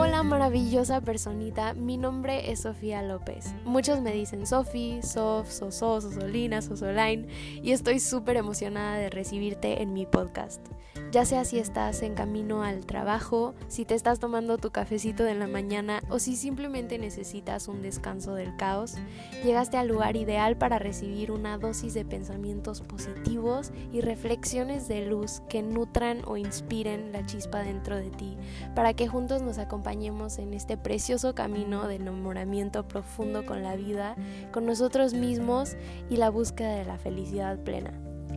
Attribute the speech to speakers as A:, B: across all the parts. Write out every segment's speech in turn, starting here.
A: Hola maravillosa personita, mi nombre es Sofía López. Muchos me dicen Sofi, Sof, Soso, Sosolina, Sosoline y estoy súper emocionada de recibirte en mi podcast. Ya sea si estás en camino al trabajo, si te estás tomando tu cafecito de la mañana o si simplemente necesitas un descanso del caos, llegaste al lugar ideal para recibir una dosis de pensamientos positivos y reflexiones de luz que nutran o inspiren la chispa dentro de ti, para que juntos nos acompañemos en este precioso camino de enamoramiento profundo con la vida, con nosotros mismos y la búsqueda de la felicidad plena.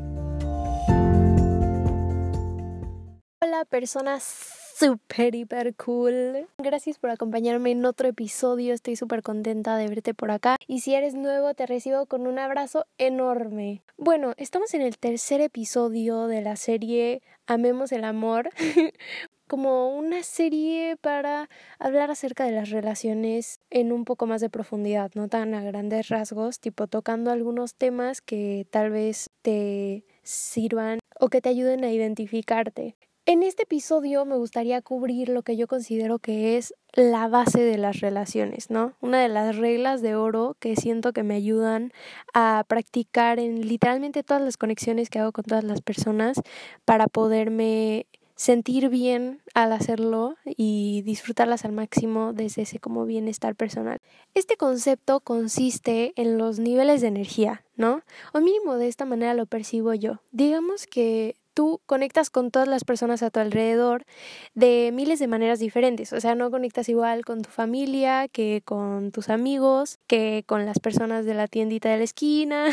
A: Hola personas super hiper cool, gracias por acompañarme en otro episodio, estoy súper contenta de verte por acá y si eres nuevo te recibo con un abrazo enorme. Bueno, estamos en el tercer episodio de la serie Amemos el Amor, como una serie para hablar acerca de las relaciones en un poco más de profundidad, no tan a grandes rasgos, tipo tocando algunos temas que tal vez te sirvan o que te ayuden a identificarte. En este episodio me gustaría cubrir lo que yo considero que es la base de las relaciones, ¿no? Una de las reglas de oro que siento que me ayudan a practicar en literalmente todas las conexiones que hago con todas las personas para poderme sentir bien al hacerlo y disfrutarlas al máximo desde ese como bienestar personal. Este concepto consiste en los niveles de energía, ¿no? O mínimo de esta manera lo percibo yo. Digamos que tú conectas con todas las personas a tu alrededor de miles de maneras diferentes. O sea, no conectas igual con tu familia, que con tus amigos, que con las personas de la tiendita de la esquina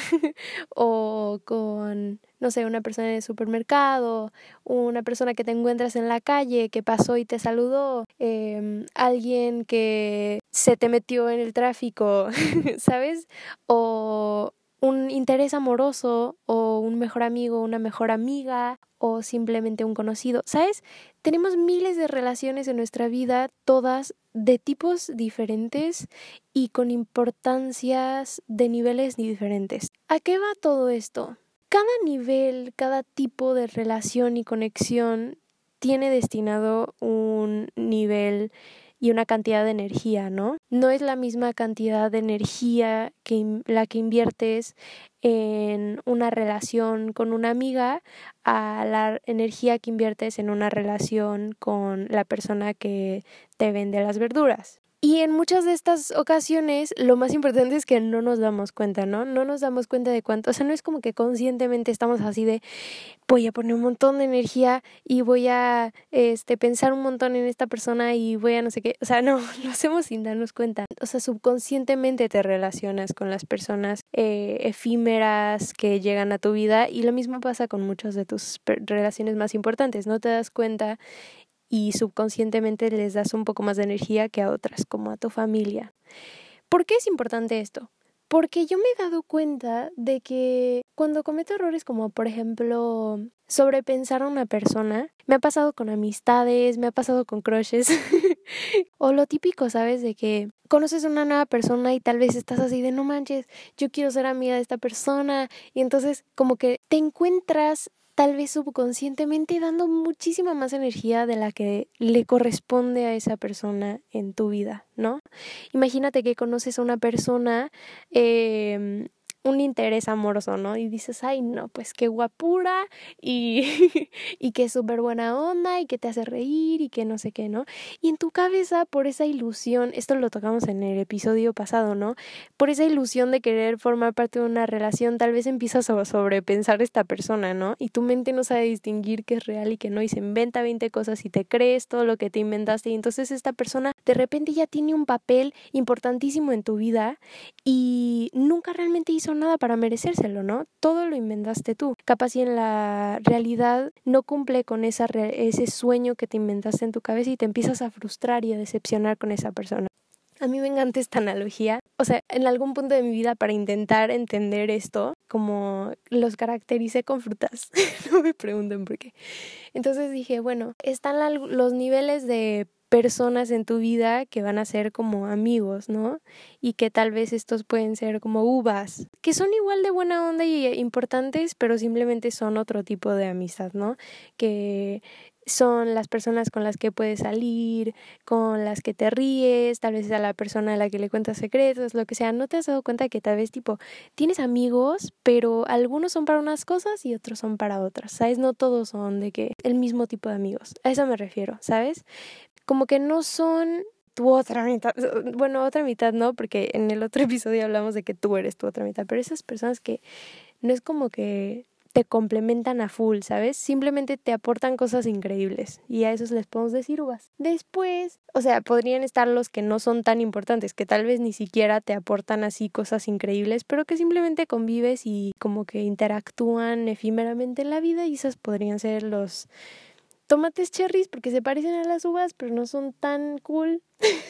A: o con, no sé, una persona en el supermercado, una persona que te encuentras en la calle, que pasó y te saludó, alguien que se te metió en el tráfico, ¿sabes? O un interés amoroso o un mejor amigo, una mejor amiga o simplemente un conocido, ¿sabes? Tenemos miles de relaciones en nuestra vida, todas de tipos diferentes y con importancias de niveles diferentes. ¿A qué va todo esto? Cada nivel, cada tipo de relación y conexión tiene destinado un nivel y una cantidad de energía, ¿no? No es la misma cantidad de energía que la que inviertes en una relación con una amiga a la energía que inviertes en una relación con la persona que te vende las verduras. Y en muchas de estas ocasiones lo más importante es que no nos damos cuenta, ¿no? No nos damos cuenta de cuánto, o sea, no es como que conscientemente estamos así de voy a poner un montón de energía y voy a pensar un montón en esta persona y voy a no sé qué, o sea, no, lo hacemos sin darnos cuenta. O sea, subconscientemente te relacionas con las personas efímeras que llegan a tu vida y lo mismo pasa con muchas de tus relaciones más importantes, no te das cuenta y subconscientemente les das un poco más de energía que a otras, como a tu familia. ¿Por qué es importante esto? Porque yo me he dado cuenta de que cuando cometo errores como, por ejemplo, sobrepensar a una persona, me ha pasado con amistades, me ha pasado con crushes, o lo típico, ¿sabes? De que conoces a una nueva persona y tal vez estás así de no manches, yo quiero ser amiga de esta persona, y entonces como que te encuentras tal vez subconscientemente dando muchísima más energía de la que le corresponde a esa persona en tu vida, ¿no? Imagínate que conoces a una persona, un interés amoroso, ¿no? Y dices, ay, no, pues qué guapura y, y qué súper buena onda y que te hace reír y que no sé qué, ¿no? Y en tu cabeza, por esa ilusión, esto lo tocamos en el episodio pasado, ¿no? Por esa ilusión de querer formar parte de una relación, tal vez empiezas a sobrepensar a esta persona, ¿no? Y tu mente no sabe distinguir qué es real y qué no, y se inventa 20 cosas y te crees todo lo que te inventaste, y entonces esta persona de repente ya tiene un papel importantísimo en tu vida y nunca realmente hizo nada para merecérselo, ¿no? Todo lo inventaste tú. Capaz y en la realidad no cumple con ese sueño que te inventaste en tu cabeza y te empiezas a frustrar y a decepcionar con esa persona. A mí me encanta esta analogía. O sea, en algún punto de mi vida para intentar entender esto, como los caractericé con frutas. No me pregunten por qué. Entonces dije, bueno, están los niveles de personas en tu vida que van a ser como amigos, ¿no? Y que tal vez estos pueden ser como uvas, que son igual de buena onda y importantes, pero simplemente son otro tipo de amistad, ¿no? Que son las personas con las que puedes salir, con las que te ríes, tal vez es a la persona a la que le cuentas secretos, lo que sea. ¿No te has dado cuenta que tal vez tipo tienes amigos, pero algunos son para unas cosas y otros son para otras? ¿Sabes? No todos son de que el mismo tipo de amigos. A eso me refiero, ¿sabes? Como que no son tu otra mitad. Bueno, otra mitad no, porque en el otro episodio hablamos de que tú eres tu otra mitad, pero esas personas que no es como que te complementan a full, ¿sabes? Simplemente te aportan cosas increíbles y a esos les podemos decir uvas. Después, o sea, podrían estar los que no son tan importantes, que tal vez ni siquiera te aportan así cosas increíbles, pero que simplemente convives y como que interactúan efímeramente en la vida, y esos podrían ser los tomates cherries porque se parecen a las uvas, pero no son tan cool.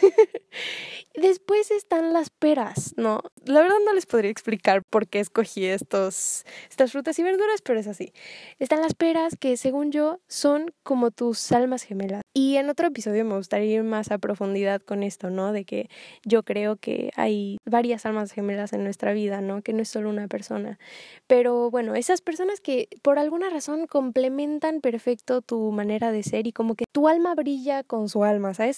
A: Después están las peras, ¿no? La verdad no les podría explicar por qué escogí estas frutas y verduras, pero es así. Están las peras que, según yo, son como tus almas gemelas. Y en otro episodio me gustaría ir más a profundidad con esto, ¿no? De que yo creo que hay varias almas gemelas en nuestra vida, ¿no? Que no es solo una persona. Pero bueno, esas personas que por alguna razón complementan perfecto tu manera de ser y como que tu alma brilla con su alma, ¿sabes?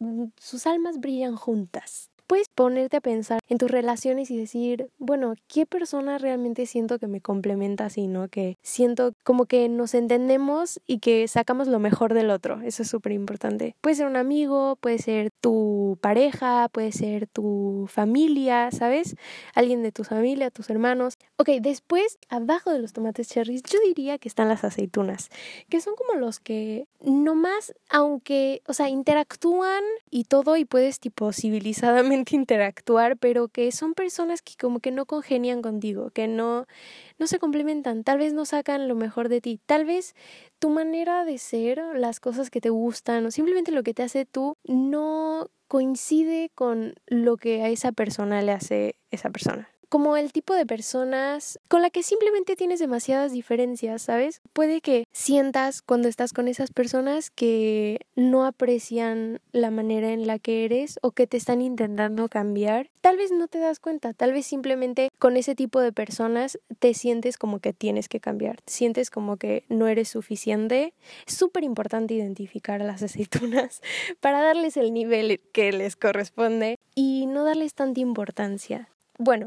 A: Sus almas brillan juntas. Puedes ponerte a pensar en tus relaciones y decir, bueno, ¿qué persona realmente siento que me complementa así, no? Que siento como que nos entendemos y que sacamos lo mejor del otro. Eso es súper importante. Puede ser un amigo, puede ser tu pareja, puede ser tu familia, ¿sabes? Alguien de tu familia, tus hermanos. Ok, después, abajo de los tomates cherries, yo diría que están las aceitunas, que son como los que nomás, aunque, o sea, interactúan y todo y puedes tipo civilizadamente interactuar, pero que son personas que como que no congenian contigo, que no se complementan, tal vez no sacan lo mejor de ti, tal vez tu manera de ser, las cosas que te gustan o simplemente lo que te hace tú no coincide con lo que a esa persona le hace esa persona. Como el tipo de personas con la que simplemente tienes demasiadas diferencias, ¿sabes? Puede que sientas cuando estás con esas personas que no aprecian la manera en la que eres o que te están intentando cambiar. Tal vez no te das cuenta, tal vez simplemente con ese tipo de personas te sientes como que tienes que cambiar, sientes como que no eres suficiente. Es súper importante identificar a las aceitunas para darles el nivel que les corresponde y no darles tanta importancia. Bueno,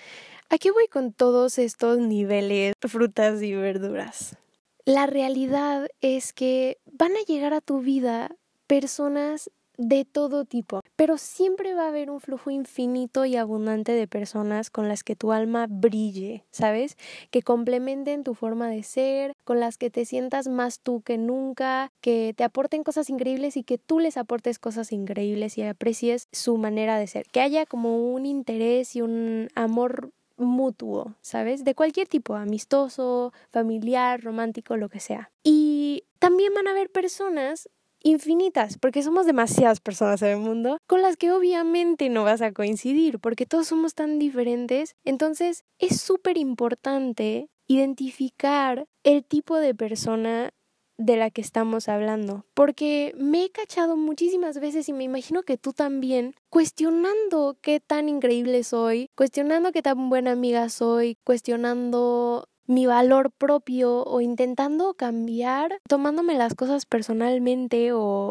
A: ¿a qué voy con todos estos niveles, frutas y verduras? La realidad es que van a llegar a tu vida personas de todo tipo, pero siempre va a haber un flujo infinito y abundante de personas con las que tu alma brille, ¿sabes? Que complementen tu forma de ser, con las que te sientas más tú que nunca, que te aporten cosas increíbles y que tú les aportes cosas increíbles y aprecies su manera de ser. Que haya como un interés y un amor mutuo, ¿sabes? De cualquier tipo, amistoso, familiar, romántico, lo que sea. Y también van a haber personas infinitas, porque somos demasiadas personas en el mundo, con las que obviamente no vas a coincidir, porque todos somos tan diferentes. Entonces es súper importante identificar el tipo de persona de la que estamos hablando, porque me he cachado muchísimas veces y me imagino que tú también, cuestionando qué tan increíble soy, cuestionando qué tan buena amiga soy, cuestionando mi valor propio o intentando cambiar, tomándome las cosas personalmente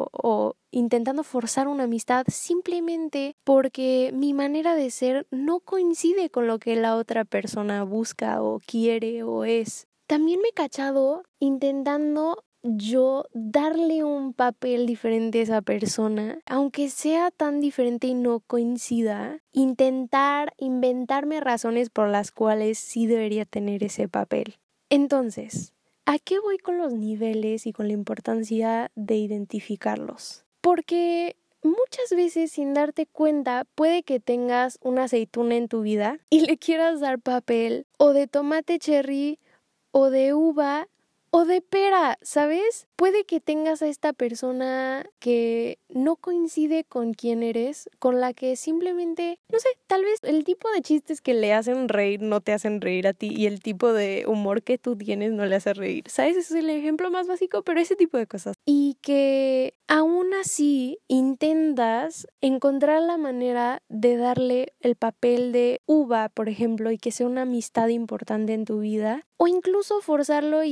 A: o intentando forzar una amistad simplemente porque mi manera de ser no coincide con lo que la otra persona busca o quiere o es. También me he cachado intentando yo darle un papel diferente a esa persona, aunque sea tan diferente y no coincida, intentar inventarme razones por las cuales sí debería tener ese papel. Entonces, ¿a qué voy con los niveles y con la importancia de identificarlos? Porque muchas veces sin darte cuenta puede que tengas una aceituna en tu vida y le quieras dar papel o de tomate cherry o de uva o de pera, ¿sabes? Puede que tengas a esta persona que no coincide con quién eres, con la que simplemente, no sé, tal vez el tipo de chistes que le hacen reír no te hacen reír a ti y el tipo de humor que tú tienes no le hace reír, ¿sabes? Ese es el ejemplo más básico, pero ese tipo de cosas. Y que aún así intentas encontrar la manera de darle el papel de uva, por ejemplo, y que sea una amistad importante en tu vida, o incluso forzarlo y intentar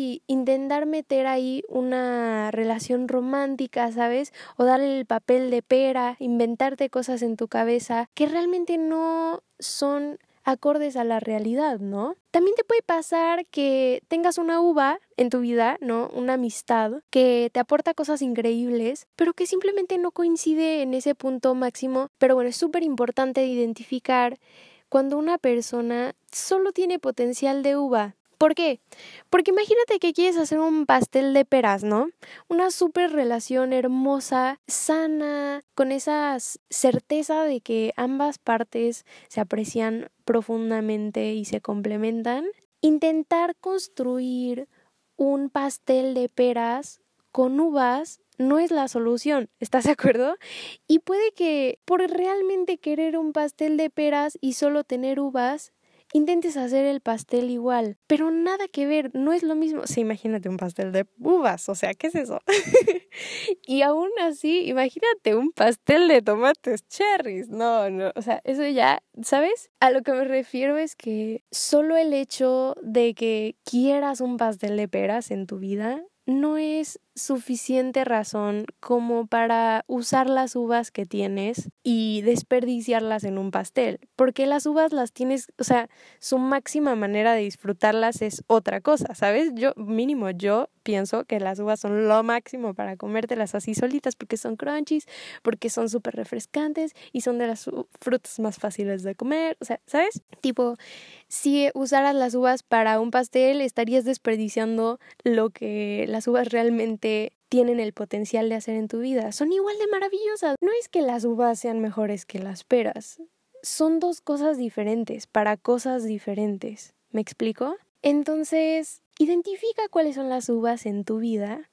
A: intentar meter ahí una relación romántica, ¿sabes? O darle el papel de pera, inventarte cosas en tu cabeza que realmente no son acordes a la realidad, ¿no? También te puede pasar que tengas una uva en tu vida, ¿no? Una amistad que te aporta cosas increíbles, pero que simplemente no coincide en ese punto máximo. Pero bueno, es súper importante identificar cuando una persona solo tiene potencial de uva. ¿Por qué? Porque imagínate que quieres hacer un pastel de peras, ¿no? Una súper relación hermosa, sana, con esa certeza de que ambas partes se aprecian profundamente y se complementan. Intentar construir un pastel de peras con uvas no es la solución, ¿estás de acuerdo? Y puede que por realmente querer un pastel de peras y solo tener uvas, intentes hacer el pastel igual, pero nada que ver, no es lo mismo. Sí, imagínate un pastel de uvas, o sea, ¿qué es eso? Y aún así, imagínate un pastel de tomates cherries. No, o sea, eso ya, ¿sabes? A lo que me refiero es que solo el hecho de que quieras un pastel de peras en tu vida no es suficiente razón como para usar las uvas que tienes y desperdiciarlas en un pastel, porque las uvas las tienes, o sea, su máxima manera de disfrutarlas es otra cosa, ¿sabes? Yo pienso que las uvas son lo máximo para comértelas así solitas porque son crunchies, porque son súper refrescantes y son de las frutas más fáciles de comer, o sea, ¿sabes? Tipo, si usaras las uvas para un pastel, estarías desperdiciando lo que las uvas realmente tienen el potencial de hacer en tu vida. Son igual de maravillosas. No es que las uvas sean mejores que las peras. Son dos cosas diferentes para cosas diferentes. ¿Me explico? Entonces, identifica cuáles son las uvas en tu vida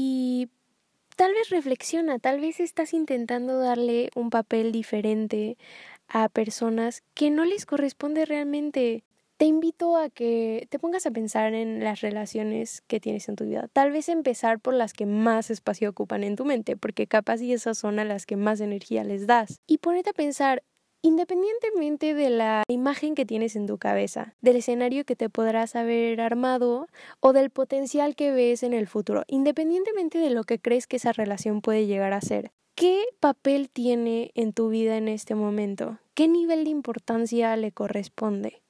A: y tal vez reflexiona, tal vez estás intentando darle un papel diferente a personas que no les corresponde realmente. Te invito a que te pongas a pensar en las relaciones que tienes en tu vida. Tal vez empezar por las que más espacio ocupan en tu mente, porque capaz y esas son a las que más energía les das. Y ponerte a pensar, independientemente de la imagen que tienes en tu cabeza, del escenario que te podrás haber armado o del potencial que ves en el futuro, independientemente de lo que crees que esa relación puede llegar a ser, ¿qué papel tiene en tu vida en este momento? ¿Qué nivel de importancia le corresponde?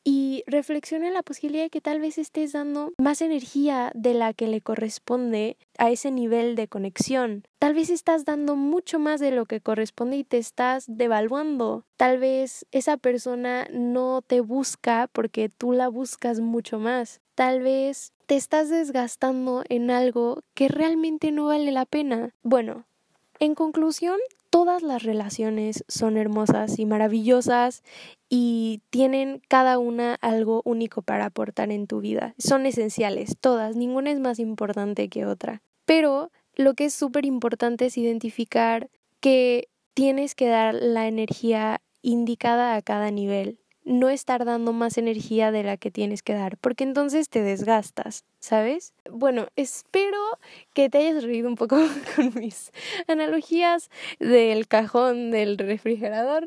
A: Y reflexiona en la posibilidad de que tal vez estés dando más energía de la que le corresponde a ese nivel de conexión. Tal vez estás dando mucho más de lo que corresponde y te estás devaluando. Tal vez esa persona no te busca porque tú la buscas mucho más. Tal vez te estás desgastando en algo que realmente no vale la pena. Bueno, en conclusión, todas las relaciones son hermosas y maravillosas y tienen cada una algo único para aportar en tu vida. Son esenciales, todas, ninguna es más importante que otra. Pero lo que es súper importante es identificar que tienes que dar la energía indicada a cada nivel. No estar dando más energía de la que tienes que dar, porque entonces te desgastas, ¿sabes? Bueno, espero que te hayas reído un poco con mis analogías del cajón del refrigerador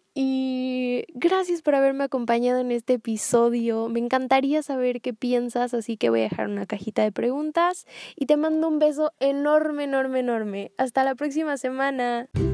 A: y gracias por haberme acompañado en este episodio. Me encantaría saber qué piensas, así que voy a dejar una cajita de preguntas y te mando un beso enorme, enorme, enorme. Hasta la próxima semana.